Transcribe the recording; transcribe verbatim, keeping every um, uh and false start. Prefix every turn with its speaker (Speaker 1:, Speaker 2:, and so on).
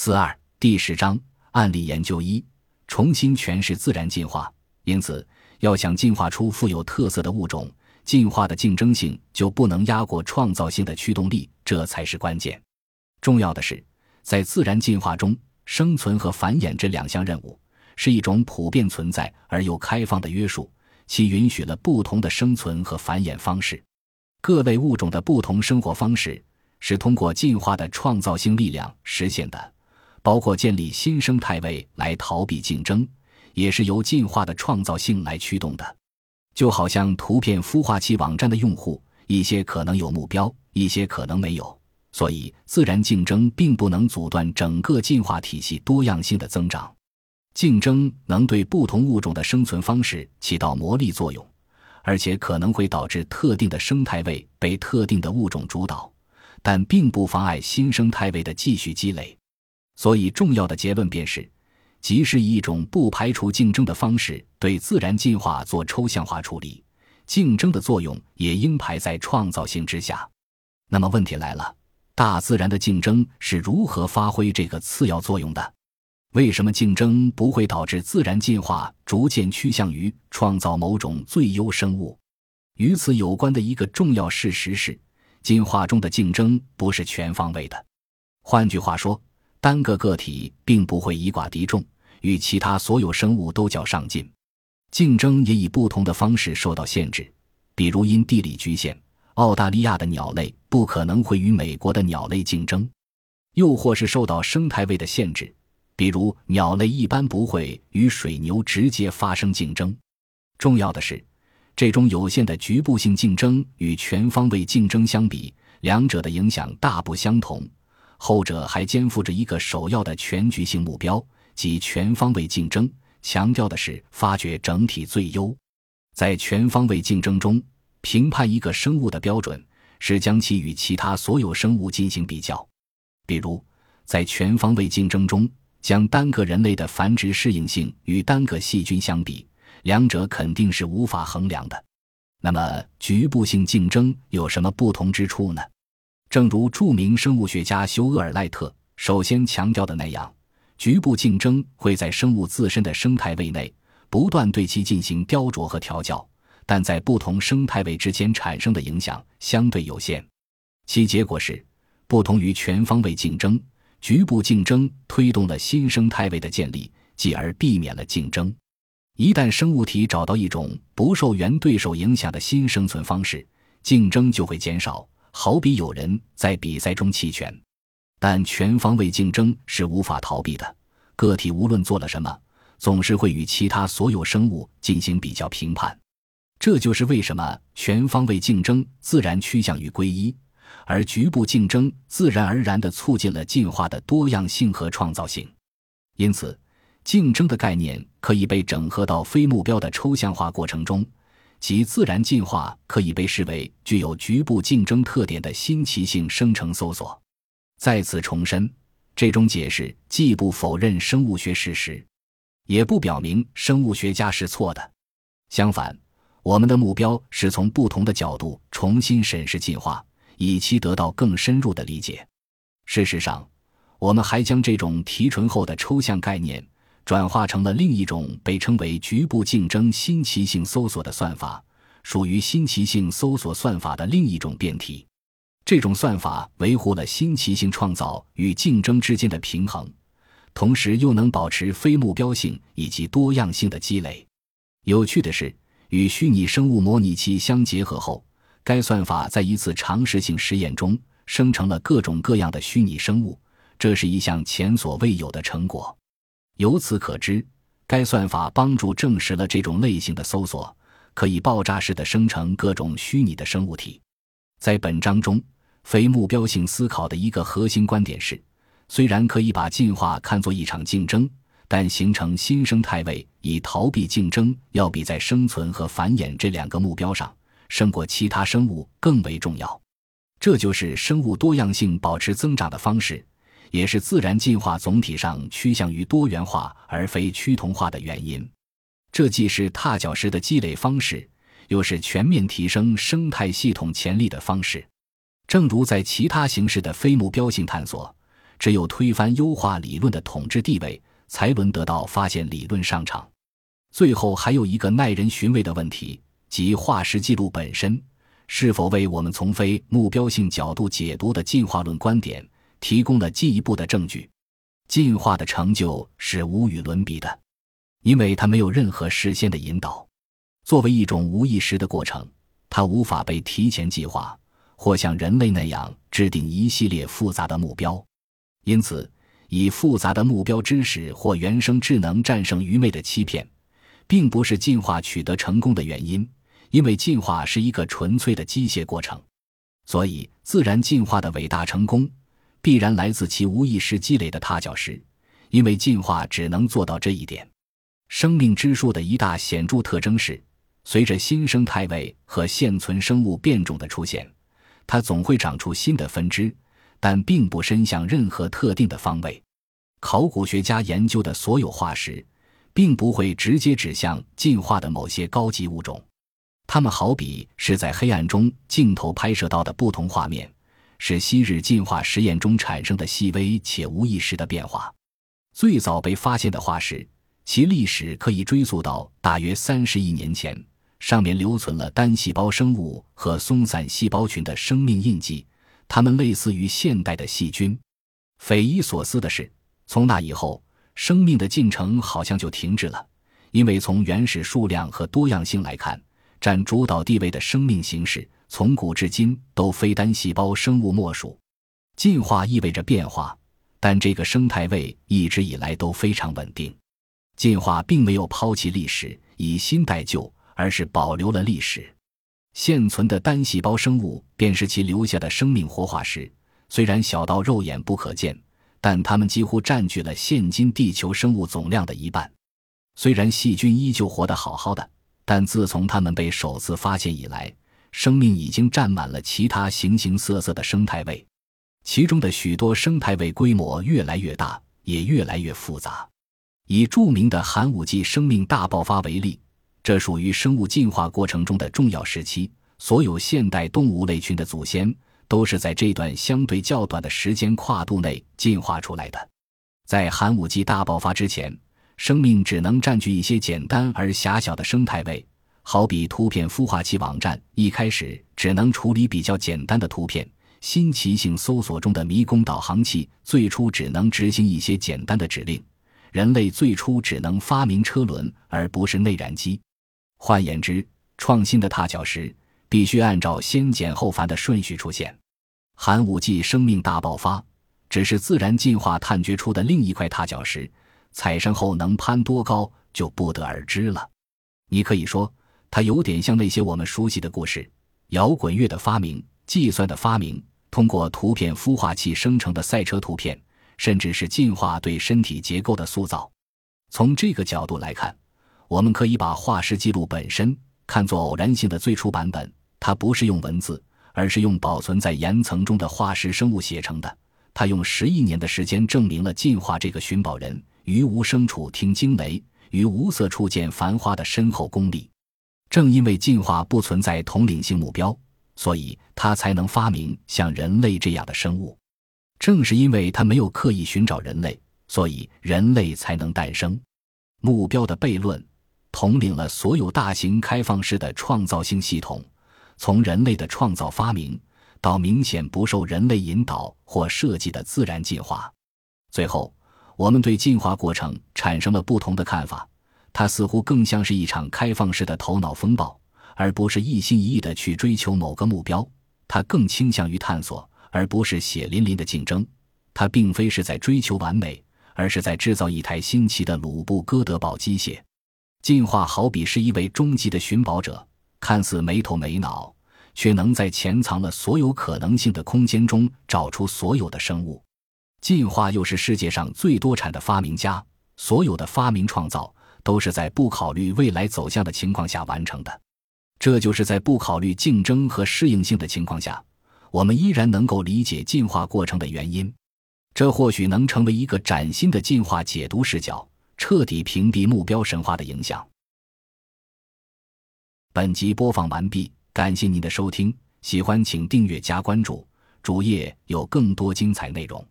Speaker 1: 四二第十章案例研究一，重新诠释自然进化。因此，要想进化出富有特色的物种，进化的竞争性就不能压过创造性的驱动力，这才是关键。重要的是，在自然进化中，生存和繁衍这两项任务是一种普遍存在而又开放的约束，其允许了不同的生存和繁衍方式。各类物种的不同生活方式是通过进化的创造性力量实现的，包括建立新生态位来逃避竞争，也是由进化的创造性来驱动的。就好像图片孵化器网站的用户，一些可能有目标，一些可能没有，所以自然竞争并不能阻断整个进化体系多样性的增长。竞争能对不同物种的生存方式起到魔力作用，而且可能会导致特定的生态位被特定的物种主导，但并不妨碍新生态位的继续积累。所以重要的结论便是，即使以一种不排除竞争的方式对自然进化做抽象化处理，竞争的作用也应排在创造性之下。那么问题来了，大自然的竞争是如何发挥这个次要作用的？为什么竞争不会导致自然进化逐渐趋向于创造某种最优生物？与此有关的一个重要事实是，进化中的竞争不是全方位的。换句话说，单个个体并不会以寡敌众，与其他所有生物都较上进。竞争也以不同的方式受到限制，比如因地理局限，澳大利亚的鸟类不可能会与美国的鸟类竞争，又或是受到生态位的限制，比如鸟类一般不会与水牛直接发生竞争。重要的是，这种有限的局部性竞争与全方位竞争相比，两者的影响大不相同，后者还肩负着一个首要的全局性目标，即全方位竞争，强调的是发掘整体最优。在全方位竞争中，评判一个生物的标准是将其与其他所有生物进行比较。比如，在全方位竞争中，将单个人类的繁殖适应性与单个细菌相比，两者肯定是无法衡量的。那么，局部性竞争有什么不同之处呢？正如著名生物学家休厄尔赖特首先强调的那样，局部竞争会在生物自身的生态位内不断对其进行雕琢和调教，但在不同生态位之间产生的影响相对有限。其结果是，不同于全方位竞争，局部竞争推动了新生态位的建立，继而避免了竞争。一旦生物体找到一种不受原对手影响的新生存方式，竞争就会减少，好比有人在比赛中弃权。但全方位竞争是无法逃避的，个体无论做了什么，总是会与其他所有生物进行比较评判。这就是为什么全方位竞争自然趋向于归一，而局部竞争自然而然地促进了进化的多样性和创造性。因此，竞争的概念可以被整合到非目标的抽象化过程中，即自然进化可以被视为具有局部竞争特点的新奇性生成搜索。再次重申，这种解释既不否认生物学事实，也不表明生物学家是错的。相反，我们的目标是从不同的角度重新审视进化，以期得到更深入的理解。事实上，我们还将这种提纯后的抽象概念转化成了另一种被称为局部竞争新奇性搜索的算法，属于新奇性搜索算法的另一种变体。这种算法维护了新奇性创造与竞争之间的平衡，同时又能保持非目标性以及多样性的积累。有趣的是，与虚拟生物模拟器相结合后，该算法在一次常识性实验中生成了各种各样的虚拟生物，这是一项前所未有的成果。由此可知，该算法帮助证实了这种类型的搜索可以爆炸式地生成各种虚拟的生物体。在本章中，非目标性思考的一个核心观点是，虽然可以把进化看作一场竞争，但形成新生态位以逃避竞争要比在生存和繁衍这两个目标上胜过其他生物更为重要。这就是生物多样性保持增长的方式，也是自然进化总体上趋向于多元化而非趋同化的原因。这既是踏脚石的积累方式，又是全面提升生态系统潜力的方式。正如在其他形式的非目标性探索， 只有推翻优化理论的统治地位，才轮得到发现理论上场。最后还有一个耐人寻味的问题，即化石记录本身是否为我们从非目标性角度解读的进化论观点提供了进一步的证据。进化的成就是无与伦比的，因为它没有任何事先的引导。作为一种无意识的过程，它无法被提前计划，或像人类那样制定一系列复杂的目标。因此，以复杂的目标知识或原生智能战胜愚昧的欺骗，并不是进化取得成功的原因，因为进化是一个纯粹的机械过程。所以，自然进化的伟大成功必然来自其无意识积累的踏脚石，因为进化只能做到这一点。生命之树的一大显著特征是，随着新生态位和现存生物变种的出现，它总会长出新的分支，但并不伸向任何特定的方位。考古学家研究的所有化石，并不会直接指向进化的某些高级物种，它们好比是在黑暗中镜头拍摄到的不同画面，是昔日进化实验中产生的细微且无意识的变化。最早被发现的化石，其历史可以追溯到大约三十亿年前，上面留存了单细胞生物和松散细胞群的生命印记，它们类似于现代的细菌。匪夷所思的是，从那以后，生命的进程好像就停滞了，因为从原始数量和多样性来看，占主导地位的生命形式从古至今都非单细胞生物莫属。进化意味着变化，但这个生态位一直以来都非常稳定。进化并没有抛弃历史，以新代旧，而是保留了历史。现存的单细胞生物便是其留下的生命活化石，虽然小到肉眼不可见，但它们几乎占据了现今地球生物总量的一半。虽然细菌依旧活得好好的，但自从它们被首次发现以来，生命已经占满了其他形形色色的生态位。其中的许多生态位规模越来越大，也越来越复杂。以著名的寒武纪生命大爆发为例，这属于生物进化过程中的重要时期，所有现代动物类群的祖先都是在这段相对较短的时间跨度内进化出来的。在寒武纪大爆发之前，生命只能占据一些简单而狭小的生态位，好比图片孵化器网站一开始只能处理比较简单的图片，新奇性搜索中的迷宫导航器最初只能执行一些简单的指令，人类最初只能发明车轮而不是内燃机。换言之，创新的踏脚石必须按照先简后繁的顺序出现。寒武纪生命大爆发只是自然进化探掘出的另一块踏脚石，踩上后能攀多高就不得而知了。你可以说，它有点像那些我们熟悉的故事，摇滚乐的发明、计算的发明，通过图片孵化器生成的赛车图片，甚至是进化对身体结构的塑造。从这个角度来看，我们可以把化石记录本身看作偶然性的最初版本，它不是用文字，而是用保存在岩层中的化石生物写成的。它用十亿年的时间证明了进化这个寻宝人于无声处听惊雷，于无色处见繁花的深厚功力。正因为进化不存在统领性目标，所以它才能发明像人类这样的生物。正是因为它没有刻意寻找人类，所以人类才能诞生。目标的悖论统领了所有大型开放式的创造性系统，从人类的创造发明到明显不受人类引导或设计的自然进化。最后，我们对进化过程产生了不同的看法，它似乎更像是一场开放式的头脑风暴，而不是一心一意地去追求某个目标。它更倾向于探索，而不是血淋淋的竞争。它并非是在追求完美，而是在制造一台新奇的鲁布哥德堡机械。进化好比是一位终极的寻宝者，看似没头没脑，却能在潜藏了所有可能性的空间中找出所有的生物。进化又是世界上最多产的发明家，所有的发明创造都是在不考虑未来走向的情况下完成的。这就是在不考虑竞争和适应性的情况下，我们依然能够理解进化过程的原因。这或许能成为一个崭新的进化解读视角，彻底屏蔽目标神话的影响。本集播放完毕，感谢您的收听，喜欢请订阅加关注，主页有更多精彩内容。